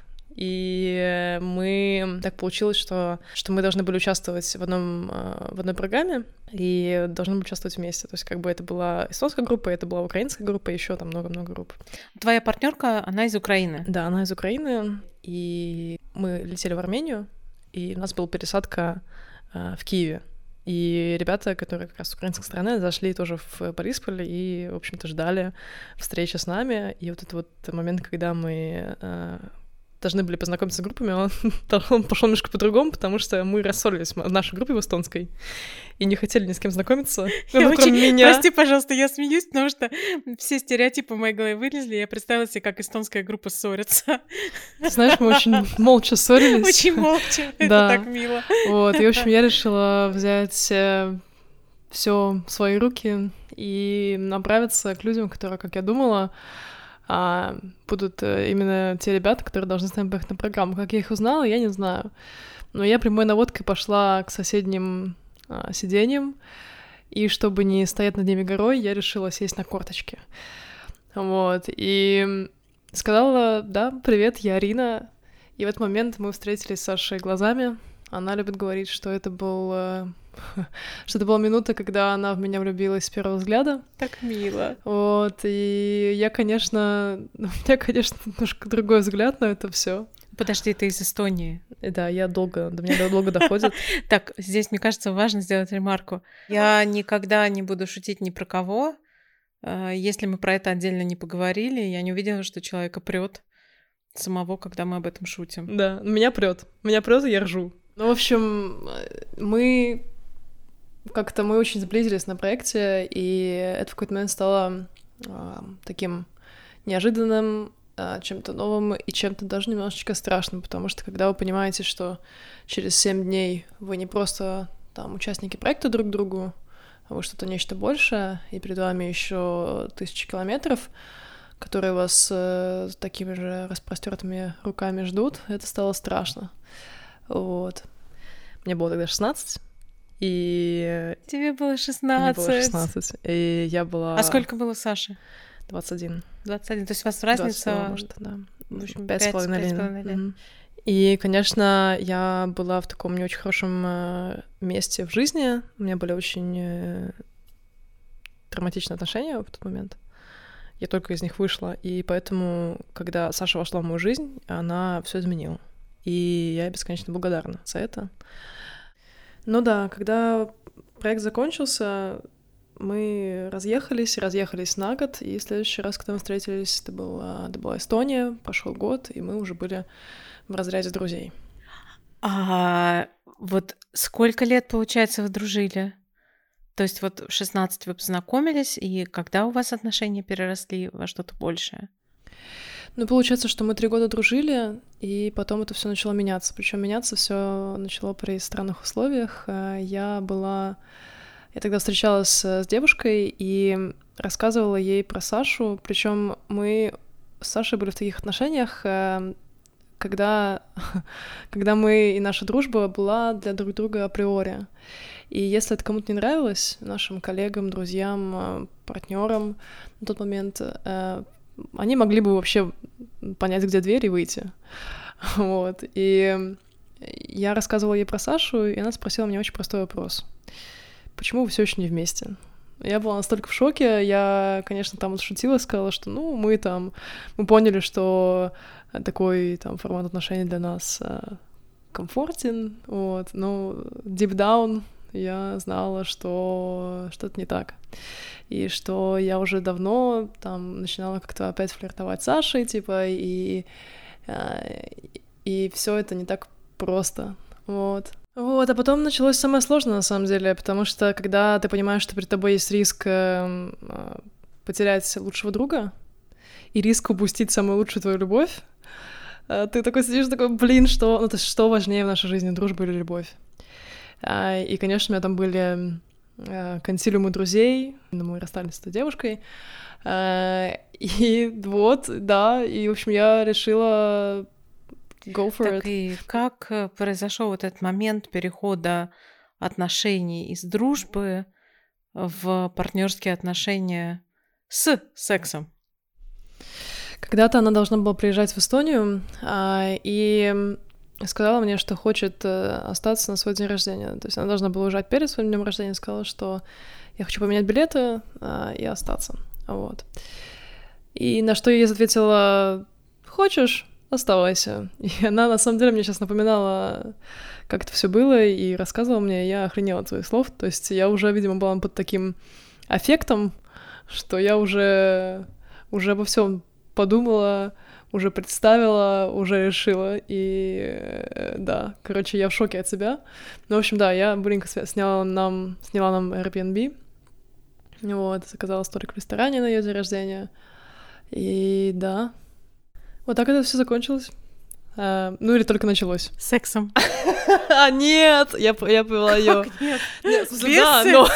И мы... Так получилось, что, что мы должны были участвовать в, одном, в одной программе и должны были участвовать вместе. То есть как бы это была эстонская группа, это была украинская группа, еще там много-много групп. Твоя партнерка, она из Украины? Да, она из Украины. И мы летели в Армению, и у нас была пересадка а, в Киеве. И ребята, которые как раз с украинской стороны, зашли тоже в Борисполь и, в общем-то, ждали встречи с нами. И вот этот вот момент, когда мы э, должны были познакомиться с группами, он, он пошел немножко по-другому, потому что мы рассорились в нашей группе в эстонской и не хотели ни с кем знакомиться, ну, очень... кроме меня. Прости, пожалуйста, я смеюсь, потому что все стереотипы в моей голове вылезли, я представила себе, как эстонская группа ссорится. Ты знаешь, мы очень молча ссорились. Очень молча, это так мило. Вот, и, в общем, я решила взять все в свои руки и направиться к людям, которые, как я думала, будут именно те ребята, которые должны с нами поехать на программу. Как я их узнала, я не знаю. Но я прямой наводкой пошла к соседним а, сиденьям, и чтобы не стоять над ними горой, я решила сесть на корточки. Вот, и сказала, да, привет, я Арина. И в этот момент мы встретились с Сашей глазами. Она любит говорить, что это был... что это была минута, когда она в меня влюбилась с первого взгляда. Так мило. Вот, и я, конечно... У меня, конечно, немножко другой взгляд на это все. Подожди, ты из Эстонии. Да, я долго, до меня долго доходит. Так, здесь, мне кажется, важно сделать ремарку. Я никогда не буду шутить ни про кого. Если мы про это отдельно не поговорили, я не увидела, что человека прёт самого, когда мы об этом шутим. Да, меня прёт. Меня прёт, и я ржу. Ну, в общем, мы как-то мы очень сблизились на проекте, и это в какой-то момент стало э, таким неожиданным а, чем-то новым и чем-то даже немножечко страшным, потому что когда вы понимаете, что через семь дней вы не просто там участники проекта друг другу, а вы что-то нечто большее, и перед вами еще тысячи километров, которые вас э, такими же распростертыми руками ждут, это стало страшно. Вот. Мне было тогда шестнадцать, и... Тебе было шестнадцать. Мне было шестнадцать, и я была... А сколько было Саше? двадцать один. двадцать один, то есть у вас разница... двадцать два, может, да. В общем, пять с половиной лет. лет. И, конечно, я была в таком не очень хорошем э, месте в жизни. У меня были очень э, травматичные отношения в тот момент. Я только из них вышла. И поэтому, когда Саша вошла в мою жизнь, она все изменила. И я бесконечно благодарна за это. Ну да, когда проект закончился, мы разъехались, разъехались на год, и в следующий раз, когда мы встретились, это была, это была Эстония, прошел год, и мы уже были в разряде друзей. А вот сколько лет, получается, вы дружили? То есть вот в шестнадцать вы познакомились, и когда у вас отношения переросли во что-то большее? Ну, получается, что мы три года дружили, и потом это все начало меняться. Причем меняться все начало при странных условиях. Я была... Я тогда встречалась с девушкой и рассказывала ей про Сашу. Причем мы с Сашей были в таких отношениях, когда, когда мы и наша дружба была для друг друга априори. И если это кому-то не нравилось, нашим коллегам, друзьям, партнерам на тот момент, они могли бы вообще понять, где дверь, и выйти. Вот. И я рассказывала ей про Сашу, и она спросила меня очень простой вопрос. Почему вы все еще не вместе? Я была настолько в шоке, я, конечно, там шутила, сказала, что, ну, мы там, мы поняли, что такой там формат отношений для нас э, комфортен, вот, но deep down я знала, что что-то не так, и что я уже давно там начинала как-то опять флиртовать с Сашей, типа, и, э, и все это не так просто, вот. Вот, а потом началось самое сложное, на самом деле, потому что когда ты понимаешь, что перед тобой есть риск э, потерять лучшего друга и риск упустить самую лучшую твою любовь, э, ты такой сидишь, такой, блин, что, ну, то есть, что важнее в нашей жизни, дружба или любовь? А, и, конечно, у меня там были э, консилиумы друзей, мы расстались с этой девушкой, э, и вот, да, и, в общем, я решила... Go for так it. И как произошел вот этот момент перехода отношений из дружбы в партнерские отношения с сексом? Когда-то она должна была приезжать в Эстонию а, и сказала мне, что хочет остаться на свой день рождения. То есть она должна была уезжать перед своим днем рождения, сказала, что я хочу поменять билеты а, и остаться. Вот. И на что я ей ответила: хочешь? Оставайся. И она, на самом деле, мне сейчас напоминала, как это все было, и рассказывала мне, я охренела от своих слов. То есть я уже, видимо, была под таким аффектом, что я уже, уже обо всем подумала, уже представила, уже решила. И да, короче, я в шоке от себя. Ну, в общем, да, я быстренько сняла нам, сняла нам Airbnb. Вот, заказала столик в ресторане на ее день рождения. И да... Вот так это все закончилось. А, ну или только началось. Сексом. А, нет! Я, я повела ее. Нет, нет да, но...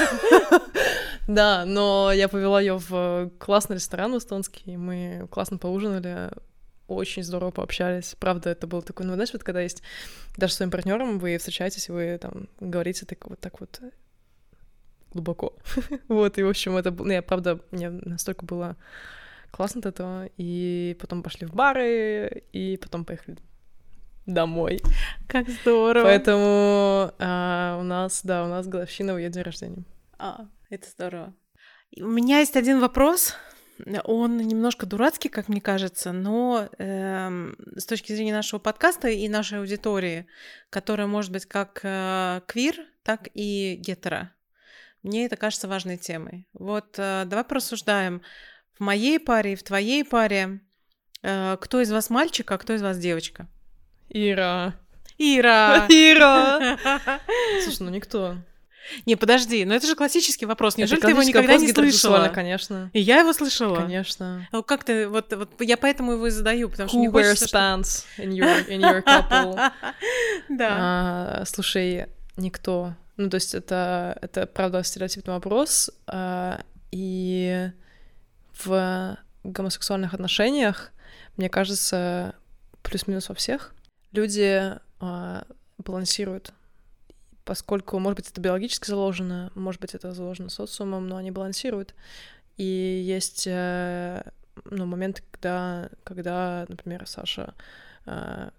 да, но я повела ее в классный ресторан эстонский. Мы классно поужинали, очень здорово пообщались. Правда, это был такой, ну, знаешь, вот когда есть даже с своим партнером, вы встречаетесь, вы там говорите так вот так вот глубоко. Вот, и в общем, это было. Ну, я, правда, мне настолько было классно от этого, и потом пошли в бары, и потом поехали домой. Как здорово. Поэтому а, у нас, да, у нас годовщина у её день рождения. А, это здорово. У меня есть один вопрос, он немножко дурацкий, как мне кажется, но э, с точки зрения нашего подкаста и нашей аудитории, которая может быть как э, квир, так и гетеро, мне это кажется важной темой. Вот э, давай порассуждаем. В моей паре и в твоей паре э, кто из вас мальчик, а кто из вас девочка? Ира. Ира! Ира! Слушай, ну никто. Не, подожди, но это же классический вопрос. Неужели ты его никогда не слышала? Конечно. И я его слышала. Конечно. Ну, как ты, вот, вот я поэтому его и задаю, потому что Who не хочется, wears pants in your, in your couple? Да. А, слушай, никто. Ну, то есть это, это правда, стереотипный вопрос. А, и в гомосексуальных отношениях, мне кажется, плюс-минус во всех, люди а, балансируют. Поскольку, может быть, это биологически заложено, может быть, это заложено социумом, но они балансируют. И есть э, ну, моменты, когда, когда, например, Саша э,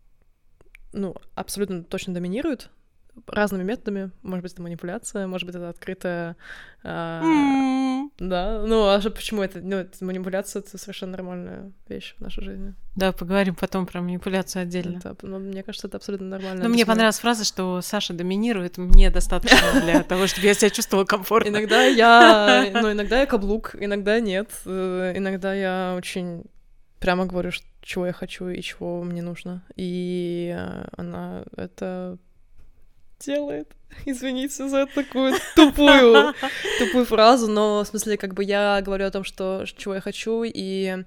ну, абсолютно точно доминирует разными методами. Может быть, это манипуляция, может быть, это открытая... Э, mm. Да, ну, а же почему это? Ну, это манипуляция — это совершенно нормальная вещь в нашей жизни. Да, поговорим потом про манипуляцию отдельно. Это, ну, мне кажется, это абсолютно нормально. Но мне понравилась фраза, что Саша доминирует, мне достаточно для того, чтобы я себя чувствовала комфортно. Иногда я... Ну, иногда я каблук, иногда нет. Иногда я очень прямо говорю, чего я хочу и чего мне нужно. И она это делает. Извините за такую тупую, тупую фразу, но в смысле, как бы я говорю о том, что чего я хочу, и,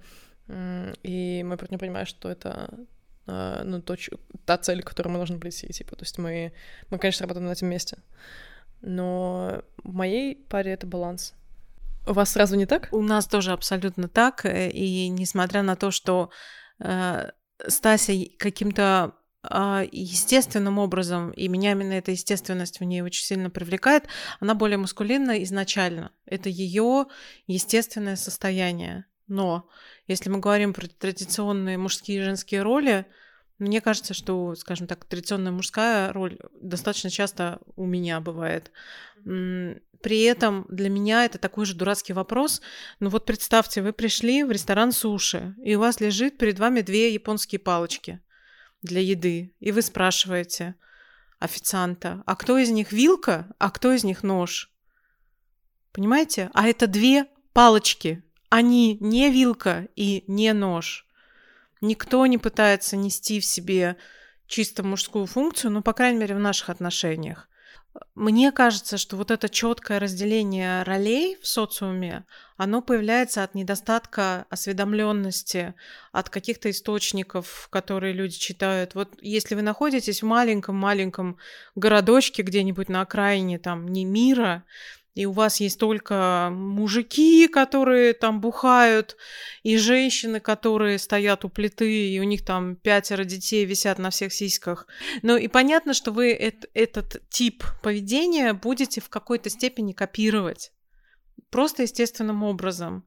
и мой партнер понимает, что это ну, то, та цель, к которой мы должны прийти. Типа, то есть мы, мы, конечно, работаем над этим вместе. Но в моей паре это баланс. У вас сразу не так? У нас тоже абсолютно так. И несмотря на то, что э, Стася каким-то естественным образом, и меня именно эта естественность в ней очень сильно привлекает, она более мускулинна изначально. Это ее естественное состояние. Но если мы говорим про традиционные мужские и женские роли, мне кажется, что, скажем так, традиционная мужская роль достаточно часто у меня бывает. При этом для меня это такой же дурацкий вопрос. Ну вот представьте, вы пришли в ресторан суши, и у вас лежит перед вами две японские палочки для еды, и вы спрашиваете официанта, а кто из них вилка, а кто из них нож? Понимаете? А это две палочки. Они не вилка и не нож. Никто не пытается нести в себе чисто мужскую функцию, ну, по крайней мере, в наших отношениях. Мне кажется, что вот это четкое разделение ролей в социуме, оно появляется от недостатка осведомленности, от каких-то источников, которые люди читают. Вот если вы находитесь в маленьком-маленьком городочке где-нибудь на окраине там не мира, и у вас есть только мужики, которые там бухают, и женщины, которые стоят у плиты, и у них там пятеро детей висят на всех сиськах. Ну и понятно, что вы et- этот тип поведения будете в какой-то степени копировать. Просто естественным образом.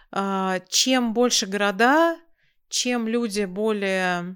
Чем больше города, чем люди более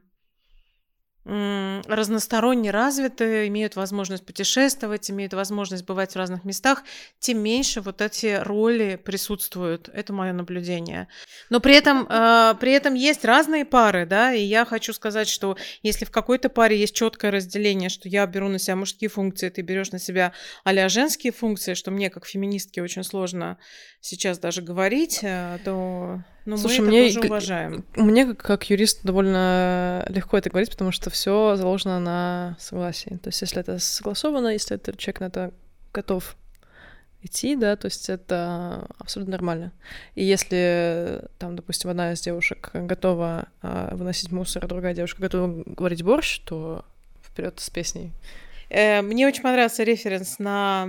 разносторонне развиты, имеют возможность путешествовать, имеют возможность бывать в разных местах, тем меньше вот эти роли присутствуют. Это мое наблюдение. Но при этом, э, при этом есть разные пары, да, и я хочу сказать, что если в какой-то паре есть четкое разделение, что я беру на себя мужские функции, ты берешь на себя а-ля женские функции, что мне как феминистке очень сложно сейчас даже говорить, то... Но Слушай, мы это мне, тоже уважаем. Мне как, как юрист довольно легко это говорить, потому что все заложено на согласии. То есть если это согласовано, если это человек на это готов идти, да, то есть это абсолютно нормально. И если там, допустим, одна из девушек готова а, выносить мусор, а другая девушка готова говорить борщ, то вперед с песней. Мне очень понравился референс на,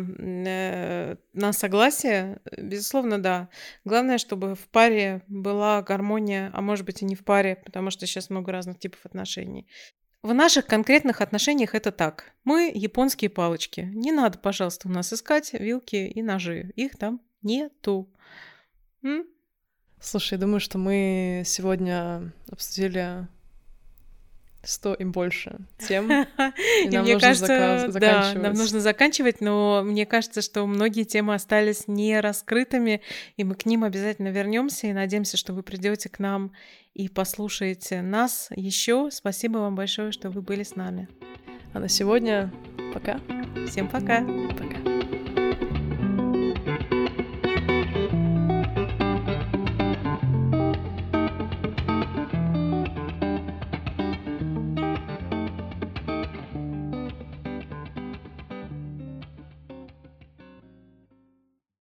на согласие. Безусловно, да. Главное, чтобы в паре была гармония, а может быть и не в паре, потому что сейчас много разных типов отношений. В наших конкретных отношениях это так. Мы японские палочки. Не надо, пожалуйста, у нас искать вилки и ножи. Их там нету. М? Слушай, я думаю, что мы сегодня обсудили сто и больше тем, и нам мне нужно кажется, зака- заканчивать. Да, нам нужно заканчивать, но мне кажется, что многие темы остались не раскрытыми, и мы к ним обязательно вернемся, и надеемся, что вы придете к нам и послушаете нас еще. Спасибо вам большое, что вы были с нами. А на сегодня пока. Всем пока. Пока.